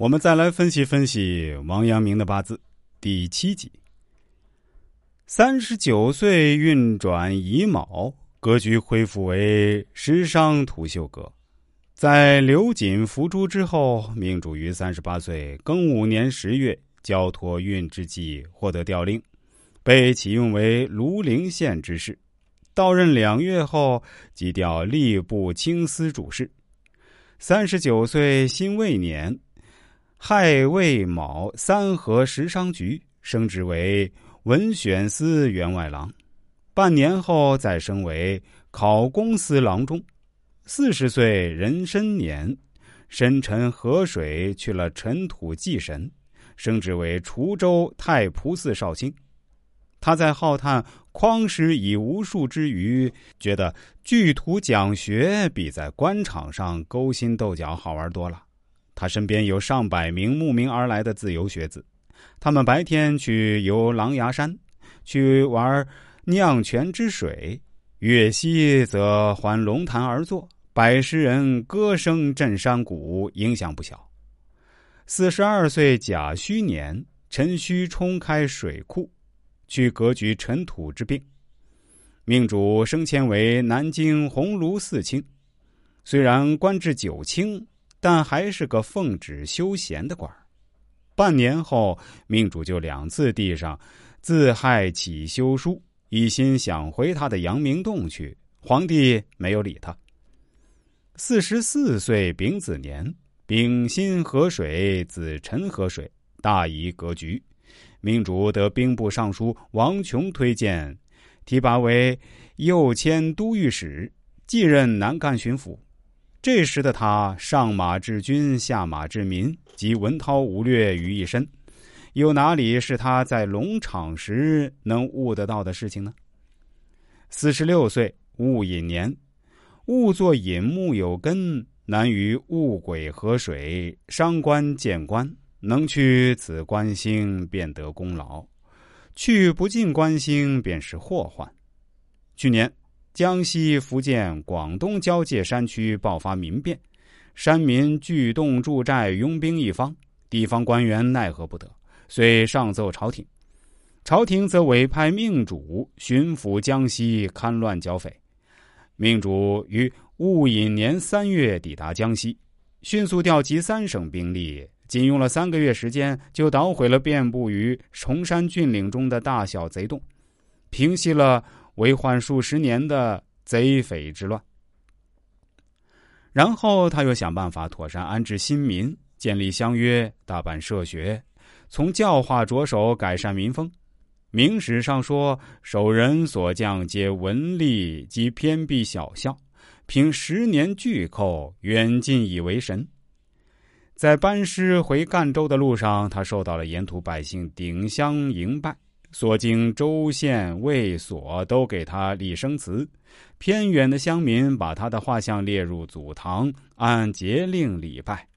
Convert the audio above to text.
我们再来分析分析王阳明的八字。第7集，39岁运转乙卯，格局恢复为食伤土秀格。在刘瑾伏诛之后，命主于38岁庚午年10月交托运之际获得调令，被启用为庐陵县知事。到任2月后，即调吏部卿司主事。39岁辛未年，亥未卯3合食伤局，升职为文选司员外郎。半年后再升为考功司郎中。40岁壬申年，申辰河水去了尘土忌神，升职为滁州太仆寺少卿。他在浩叹匡时已无数之余，觉得聚土讲学比在官场上勾心斗角好玩多了。他身边有上百名慕名而来的自由学子，他们白天去游狼牙山，去玩酿泉之水，月夕则环龙潭而坐，百十人歌声震山谷，影响不小。42岁甲戌年，辰戌冲开水库，去革局尘土之病，命主升迁为南京鸿胪寺卿。虽然官至9卿，但还是个奉旨休闲的官。半年后，命主就2次递上自害起休书，一心想回他的阳明洞去，皇帝没有理他。44岁丙子年，丙辛河水子辰河水，大宜格局。命主得兵部尚书王琼推荐，提拔为右迁都御史，继任南赣巡抚。这时的他上马治军，下马治民，集文韬武略于一身，有哪里是他在龙场时能悟得到的事情呢？46岁戊寅年，戊作寅木有根，难于戊癸河水，伤官见官，能去此官星，便得功劳；去不进官星，便是祸患。去年江西、福建、广东交界山区爆发民变，山民聚众驻寨，拥兵一方，地方官员奈何不得，遂上奏朝廷。朝廷则委派命主巡抚江西，勘乱剿匪。命主于戊寅年3月抵达江西，迅速调集3省兵力，仅用了3个月时间，就捣毁了遍布于崇山峻岭中的大小贼洞，平息了为患数十年的贼匪之乱。然后他又想办法妥善安置新民，建立乡约，大办社学，从教化着手改善民风。明史上说，守人所将皆文吏及偏僻小校，凭10年巨寇，远近以为神。在班师回赣州的路上，他受到了沿途百姓顶香迎拜，所经州县卫所都给他立生祠，偏远的乡民把他的画像列入祖堂，按节令礼拜。